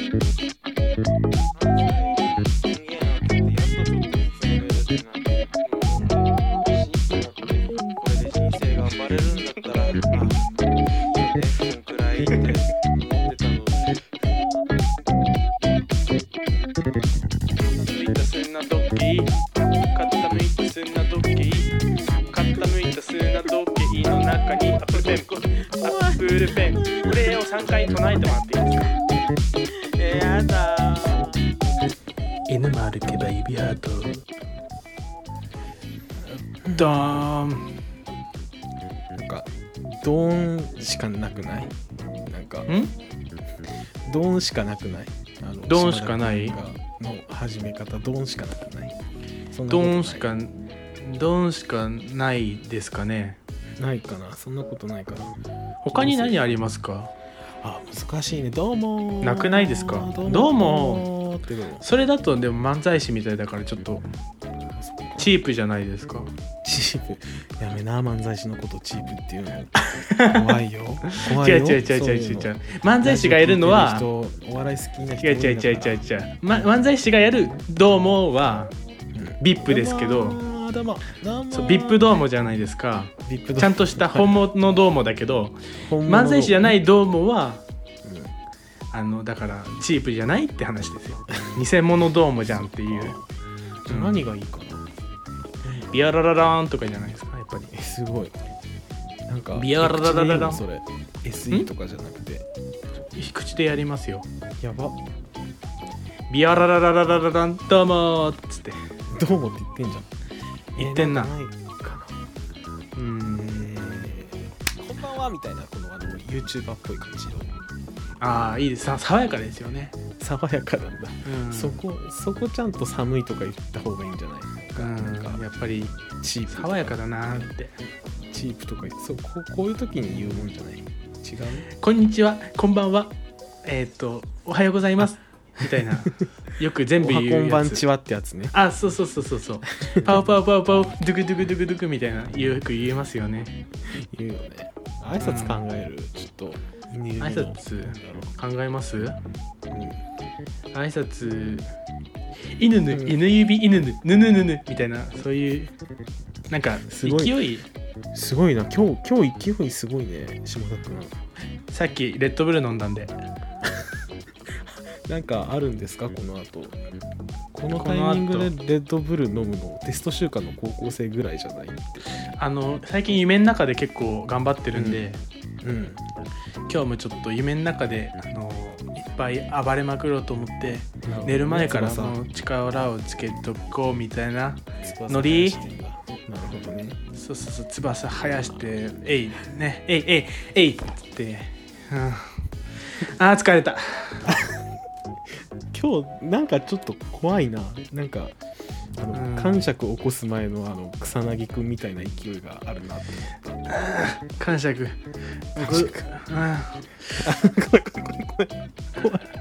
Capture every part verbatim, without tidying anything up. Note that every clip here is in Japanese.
ドーン。 なんかドーンしかなくない？なんかん？ ドーンしかなくない？あのドーンしかない？ の始め方ドーンしかなくない？そんなドことないーンしかドーンしかないですかね。 ないかな。そんなことないかな。 他に何ありますか？ あ、難しいね。どうもなくないですか？ どうもどうもってどうそれだとでも漫才師みたいだからちょっとチープじゃないですか。 チープやめな、漫才師のことチープっていうの怖いよ怖いよ。 違う違う違う違う違う違う。漫才師がやるのはお笑い好きな人違う違う違う違う違う、ま、漫才師がやるどうもは ブイアイピー ですけど、 どうもどうもそう ブイアイピー どうもじゃないですか。 ビップちゃんとした本物どうもだけど漫才師じゃないどうもは、うん、あのだからチープじゃないって話ですよ。偽物どうもじゃんっていう。 じゃあ何がいいかな。 ビアラララーンとかじゃないですかやっぱり。 えすごい。なんかビアララララランそれ エスイー とかじゃなくて口でやりますよ。 やば。 ビアララララララランどうもーっつってどうもって言ってんじゃん。 言ってんな。 えー、なんかないかな。 うーん、 えー、こんばんはみたいなこのあの YouTuber っぽい感じの。 ああいいです。爽やかですよね。 爽やかなんだ、 うん、 そこそこちゃんと寒いとか言った方がいいんじゃないか、 うん、 なんかやっぱりチープ爽やかだなーって。 チープとかそう こ, こういう時に言うもんじゃない？違う？ こんにちは、こんばんは、えっ、ー、とおはようございますみたいなよく全部言うやつ。 おはこんばんちはってやつね。 あ、そうそうそうそうそうパウパウパウパウドゥクドゥクドゥクドゥクみたいなよく言えますよね。 言うよね。挨拶考える、うん、ちょっと挨拶考えます、うん、挨拶犬ぬ、うん、犬指犬ぬぬぬぬぬみたいな、そういうなんか勢いすごいな。今日今日勢いすごいね島田君。 さっきレッドブル飲んだんでなんかあるんですかこの後。このタイミングでレッドブル飲むのテスト週間の高校生ぐらいじゃないって。 あの最近夢の中で結構頑張ってるんで、 うんうん、 今日もちょっと夢の中であのいっぱい暴れまくろうと思って、寝る前からもう力をつけとこうみたいなノリ。 なるほどね。 そうそうそう、翼生やしてえいねえいえいえいっつって、うん、あー疲れた今日なんかちょっと怖いな。なんかあの、うん、感触を起こす前のあの草薙くんみたいな勢いがあるなと思った。 感触感触あ怖い怖い怖い怖い怖い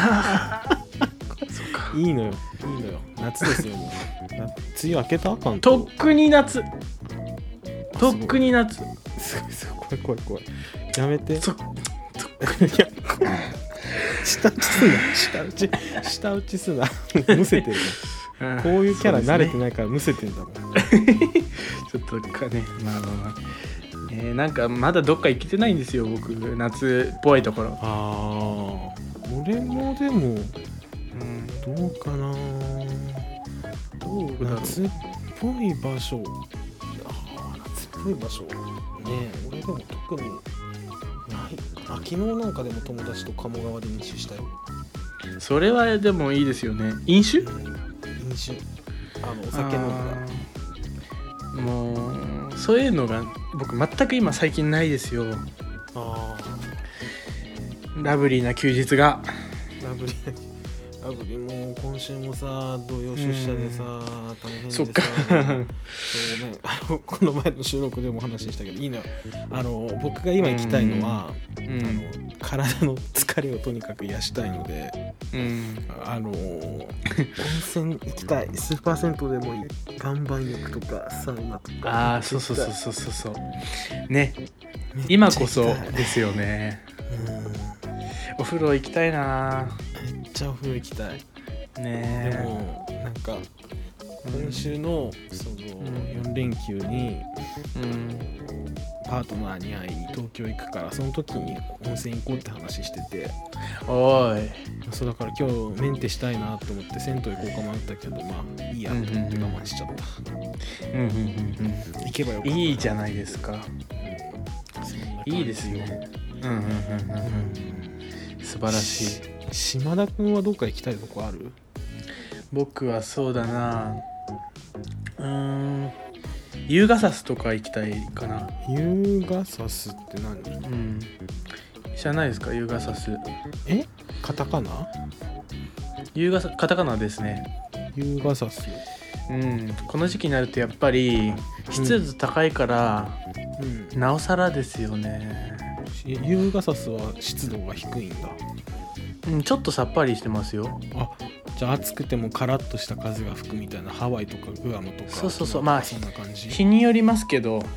そうか。いいのよいいのよ。夏ですよもう。梅雨明けた？関東。 とっくに夏。とっくに夏。 すごいすごい怖い怖い怖い。やめて。 そいや下打ちすな下打ち下打ちすなむせてるね。こういうキャラ慣れてないからむせてんだもん。ちょっとかね、まあまあまあ、えー、なんかまだどっか行けてないんですよ僕、夏っぽいところ。 ああ、俺もでも、うん、どうかな。どうだろう。夏っぽい場所。ああ、夏っぽい場所。ねえ、俺でも特にない。あ、昨日なんかでも友達と鴨川で飲酒したよ。 それはでもいいですよね。飲酒？ うん、飲酒。あのお酒飲んだ。 もうそういうのが僕全く今最近ないですよ。 あラブリーな休日が。 ラブリーなラブリーもう今週もさ土曜出社でさ、うん、大変でさ。 そっかそうね、あのこの前の収録でも話したけどいいな。あの僕が今行きたいのは、うん、あの体の疲れをとにかく癒したいので、うん、あの温泉行きたい。スーパー銭湯でもいい。岩盤浴とかサウナとか。 ああそうそうそうそうそうそうね。今こそですよね。うん、お風呂行きたいな。 めっちゃお風呂行きたい。 ねでもなんか今週のそのよん連休にパートナーに会いに東京行くから、その時に温泉行こうって話してて、 おいそうだから今日メンテしたいなと思って銭湯行こうか迷ったけど、まあいいやと思って我慢しちゃった。 うんうんうんうん行けばよかった。 いいじゃないですか。いいですよ。うんうんうんうん、うん、素晴らしい。 島田くんはどっか行きたいとこある？ 僕はそうだな、うーんユーガサスとか行きたいかな。 ユーガサスって何？ うん、知らないですかユーガサス。 え？カタカナ？ ユーガサカタカナですね。 ユーガサス。 うん、この時期になるとやっぱり湿度高いから、うん、なおさらですよね。 ユーガサスは湿度が低いんだ。 うん、ちょっとさっぱりしてますよ。 あ、じゃあ暑くてもカラッとした風が吹くみたいな、ハワイとかグアムとか。 そうそうそう、まあそんな感じ。 日によりますけど、 うん、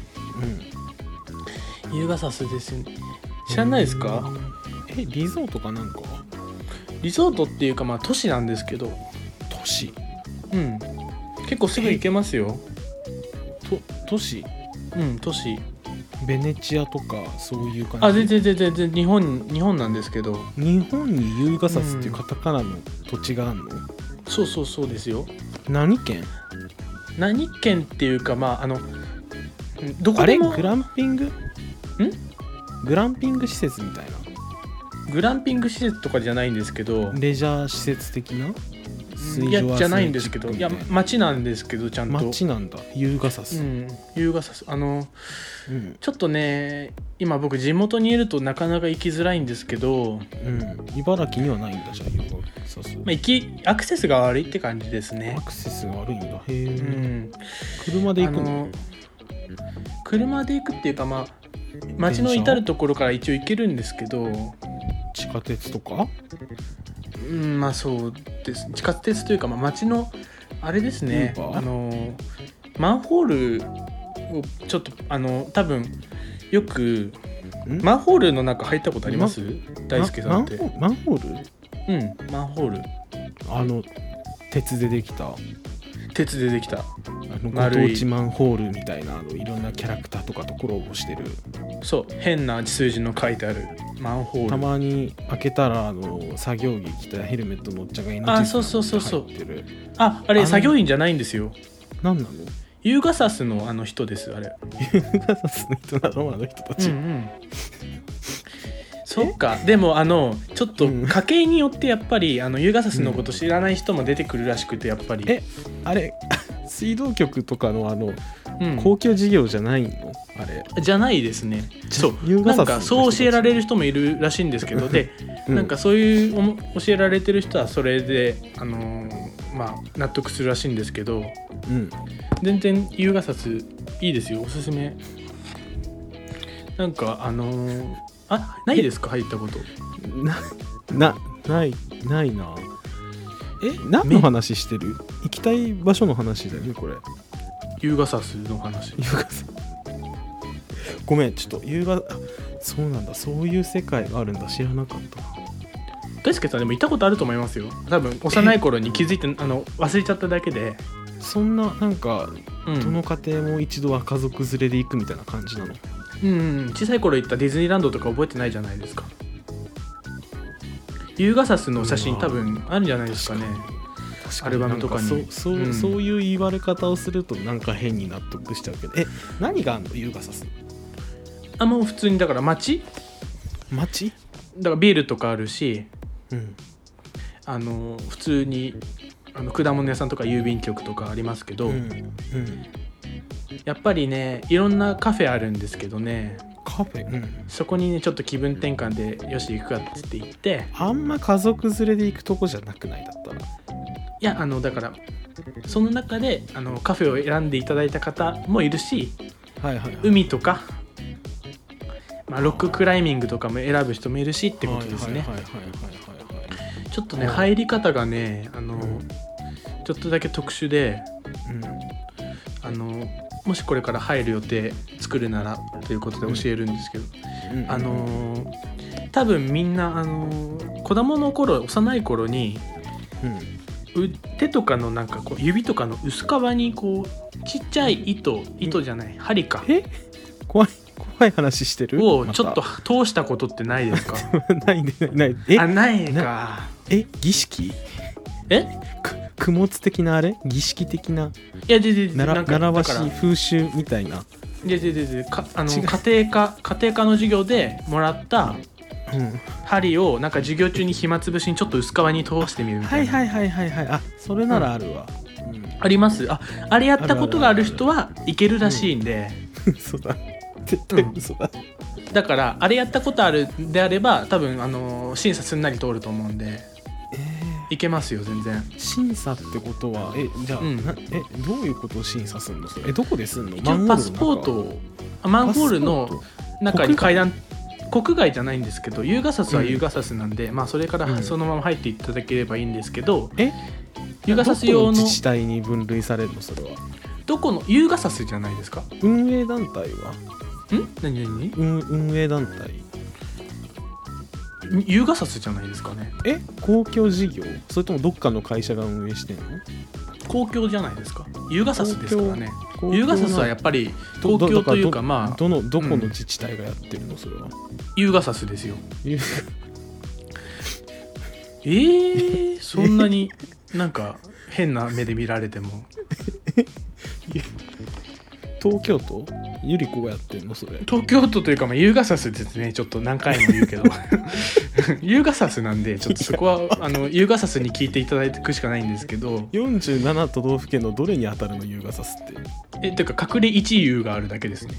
ユーガサスですよね。知らないですか？ え、リゾートかなんか？ リゾートっていうかまあ都市なんですけど。 都市？ うん。結構すぐ行けますよ。 と都市？ うん都市。 ベネチアとかそういう感じ？ あ、全然全然全然日本日本なんですけど。 日本にユーガサスっていうカタカナの土地があるの？うん、 そうそうそうですよ。 何県？ 何県っていうかまああのどこでも。 あれグランピング？ん？グランピング施設みたいな。 グランピング施設とかじゃないんですけど。 レジャー施設的な？ いやじゃないんですけど、いや町なんですけどちゃんと町なんだ。ユーガサス。 うん、ユーガサスあの、 うん、 ちょっとね今僕地元にいるとなかなか行きづらいんですけど、 うん、茨城にはないんだじゃあユーガサス。まあ、行きアクセスが悪いって感じですね。 アクセスが悪いんだ。へえ、うん、車で行くの？ 車で行くっていうかまあ町の至るところから一応行けるんですけど。 地下鉄とか？ うん、まあそうです。地下鉄というか、まあ、町のあれですね、あのマンホールをちょっとあの多分よくマンホールの中入ったことあります？大輔さんって。 マンホール？ うん、マンホール。あの鉄でできた。 鉄でできた。あのご当地マンホールみたいな、あのいろんなキャラクターとかとコラボしてる。 そう、変な数字の書いてあるマンホール。 たまに開けたらあの作業着着たヘルメットのおっちゃんが命あ、そうそうそうそう。あ、あれ作業員じゃないんですよ。 何なの？ ユーガサスのあの人です、あれ。 ユーガサスの人なの？あの人たち。うんうん、 そっか。でもあのちょっと家系によってやっぱりあのユーガサスのこと知らない人も出てくるらしくて、やっぱり。 え、あれ水道局とかのあの、うん、公共事業じゃないの？あれじゃないですね。そうなんかそう教えられる人もいるらしいんですけど、で、うん、なんかそういう教えられてる人はそれであのー、まあ納得するらしいんですけど、うん、全然ユーガサスいいですよ、おすすめ。なんかあのー、あないですか？入ったことななないないな。え、何の話してる？行きたい場所の話だよねこれ。 ユーガサスの話。 ユーガサごめん、ちょっとユーガそうなんだ、そういう世界があるんだ、知らなかった。 大輔さんでも行ったことあると思いますよ。多分幼い頃に気づいてあの忘れちゃっただけで。 そんななんか、うん、どの家庭も一度は家族連れで行くみたいな感じなの？ うん、小さい頃行ったディズニーランドとか覚えてないじゃないですか。ユーガサスの写真多分あるんじゃないですかね。アルバムとかに。 そう、そう、うん、そういう言われ方をするとなんか変に納得しちゃうけど、え、何があんのユーガサス？ あ、もう普通にだから街？ 街？ だからビールとかあるし、 うん、 あの普通にあの果物屋さんとか郵便局とかありますけど、うんうん、やっぱりねいろんなカフェあるんですけどね。 カフェ、うん、 そこにねちょっと気分転換でよし行くかって言って。 あんま家族連れで行くとこじゃなくない？だったら。 いや、あのだからその中であのカフェを選んでいただいた方もいるし、 はいはいはい、 海とか、まあ、ロッククライミングとかも選ぶ人もいるしってことですね。ちょっとね入り方がねあの、うん、ちょっとだけ特殊で、うん、あのもしこれから入る予定作るならということで教えるんですけど、うん、あの多分みんなあの子供の頃幼い頃に、うん、手とかのなんかこう指とかの薄皮にこうちっちゃい糸糸じゃない針かえ怖い怖い話してるをちょっと通したことってないですか？ ないねないえあないかえ儀式え供物的なあれ儀式的ないやででなら習わし風習みたいなででででかあの家庭科家庭科の授業でもらった針をなんか授業中に暇つぶしにちょっと薄皮に通してみるみたいな。 はいはいはいはいはいあそれならあるわ、 うんうん、ありますああれやったことがある人はいけるらしいんで、 うん、そうだ絶対嘘だ、 うん、だからあれやったことあるであれば多分あの審査すんなり通ると思うんで、えー、いけますよ全然。 審査ってことはえじゃあ、うん、なえどういうことを審査するの？えどこですんの？ 一応パスポートをマンホールの中に階段国外じゃないんですけどユーガサスはユーガサスなんで、うん、まあそれからそのまま入っていただければいいんですけど、うん、えユーガサス用の自治体に分類されるのそれは？ どこのユーガサスじゃないですか？ 運営団体は？ ん何何、 うん、運営団体ユーガサスじゃないですかね。 え公共事業それともどっかの会社が運営してんの？ 公共じゃないですか。ユーガサスですからね。ユーガサスはやっぱり公共というかまあどのどこの自治体がやってるのそれは？ ユーガサスですよ。えー、そんなになんか変な目で見られても東京都ゆり子がやってんのそれ？ 東京都というか、まあ、ユーガサスですね。ちょっと何回も言うけどユーガサスなんでちょっとそこはあのユーガサスに聞いていただくしかないんですけどよんじゅうなな都道府県のどれに当たるのユーガサスって？ えてか隠れいちいユーがあるだけですね。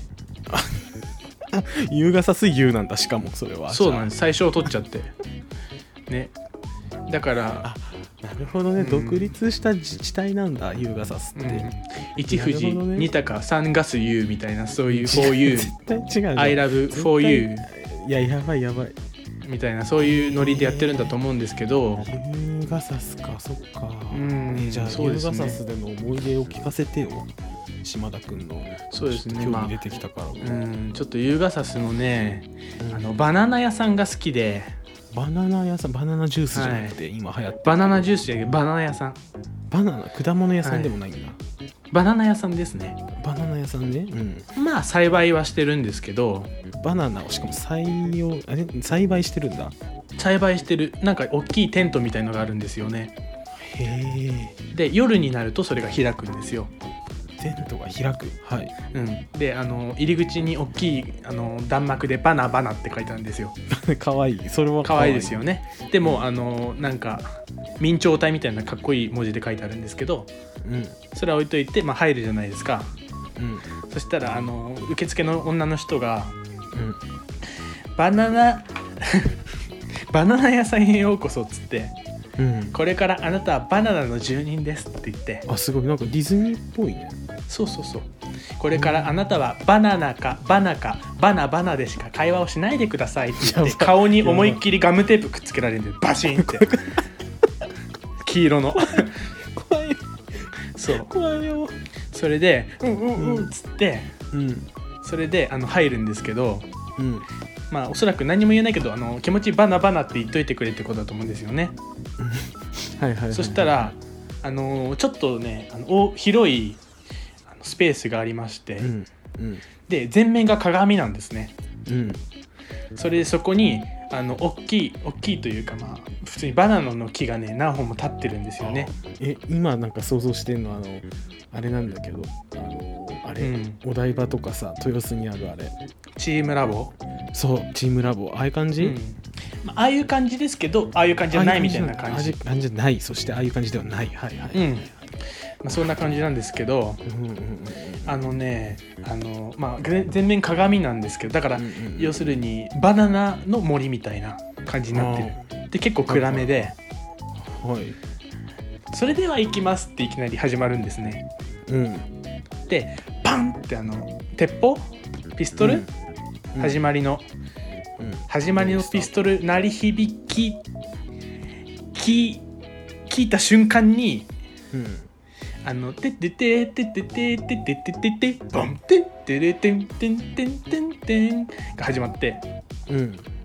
ユーガサス U なんだしかもそれはそうなんです。最初を取っちゃってね。だからなるほどね、うん、独立した自治体なんだユーガサスって、うん、 一富士、ね、二鷹三ガス U みたいなそういう フォーユー絶対違う I love フォーユーいややばいやばいみたいなそういうノリでやってるんだと思うんですけど、 えー、ユーガサスかそっか、うん、 えじゃあ、ね、ユーガサスでの思い出を聞かせてよ島田くんの。 そうですね、 興味出てきたから、まあ、 うんちょっとユーガサスのね、うん、あのバナナ屋さんが好きで。 バナナ屋さんバナナジュースじゃなくて、はい、今流行ってるバナナジュースじゃなくてバナナ屋さん。 バナナ果物屋さんでもないんだ、はい、 バナナ屋さんですね。 バナナ屋さんね、うん、 まあ栽培はしてるんですけどバナナをしかも採用あれ栽培してるんだ。 栽培してるなんか大きいテントみたいのがあるんですよね。 へえ。 で夜になるとそれが開くんですよ。 テントが開く。はい、 うん、であの入り口に大きいあの弾幕でバナバナって書いてあるんですよ。 かわいい。それはかわいいですよね。でも、うん、あのなんか明朝体みたいなかっこいい文字で書いてあるんですけど、うん、それは置いといて、まあ、入るじゃないですか、うん、そしたらあの受付の女の人が、うん、バナナバナナ屋さんへようこそっつってうん、これからあなたはバナナの住人ですって言って。 あすごいなんかディズニーっぽいね。 そうそうそう。これからあなたはバナナかバナかバナバナでしか会話をしないでくださいって言って顔に思いっきりガムテープくっつけられるんでバシンって黄色の怖いそう怖いよ。 それでうんうんうんっつって、うん、それであの入るんですけど、うんまあ、おそらく何も言えないけどあの気持ちバナバナって言っといてくれってことだと思うんですよね。 はいはいはいはい、 そしたらあのちょっとねあの広いあのスペースがありまして、うんうん、で全面が鏡なんですね、うん、それでそこにあの大きい大きいというかまあ普通にバナナの木がね何本も立ってるんですよね。 え今なんか想像してんのはあのあれなんだけどあのあれ、うん、お台場とかさ豊洲にあるあれチームラボ。そうチームラボああいう感じ、うんまあ、ああいう感じですけどああいう感じじゃないみたいな感じ。ああいう感じじゃない。そしてああいう感じではない。はいはい、うんまあ、そんな感じなんですけど、うんうんうん、あのねあの、まあ、全面鏡なんですけどだから、うんうんうん、要するにバナナの森みたいな感じになってる。で結構暗めで、はい、それでは行きますっていきなり始まるんですね、うん、でパンってあの鉄砲ピストル、うんうん、始まりの、うん、始まりのピストル鳴り響きき聞いた瞬間に、うん、あのてててててててててててバンててれてんてんてんてんてんが始まって、うん、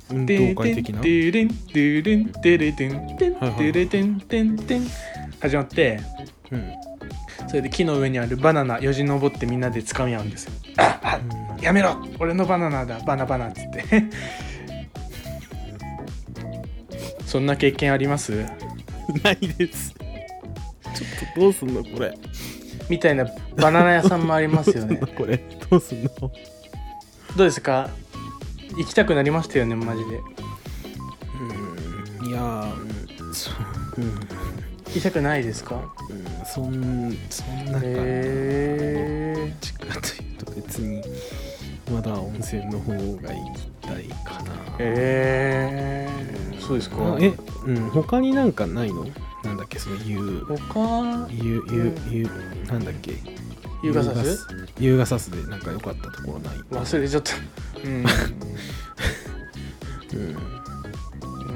運動会的なテレンテレンテレテンテンテレテンテンテン始まって、うん、それで木の上にあるバナナよじ登ってみんなで掴み合うんですよ。ああ、うん、やめろ俺のバナナだバナバナっつってそんな経験あります？ ないです。ちょっとどうすんのこれみたいなバナナ屋さんもありますよねこれどうすんの？どうですか？行きたくなりましたよねマジで。 うんいやーそう、うん、 行きたくないですか？ うん、そんそんなか、 えー、 どっちかというと別にまだ温泉の方が行きたいかな。 えー、そうですか？ え、うん、他になんかないの？なんだっけその湯他湯湯湯なんだっけ湯がさす湯がさすでなんか良かったところない？ 忘れちゃったうん、 うん、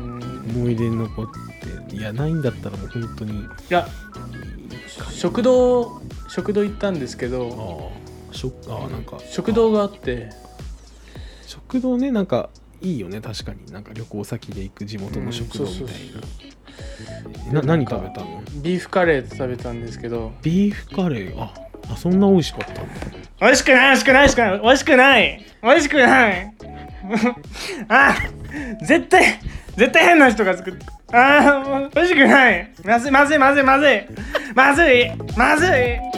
思い出に残っていやないんだったらもう本当にいや食堂食堂行ったんですけどあしょあなんか食堂があって食堂ねなんかいいよね確かになんか旅行先で行く地元の食堂みたいな、うん、そうそうそうな何食べたの？ ビーフカレー食べたんですけどビーフカレーああそんな美味しかったの？ 美味しくない美味しくない美味しくない美味しくない美味しくないあ絶対絶対変な人が作ってあ美味しくないまずいまずいまずいまずいまずいまずい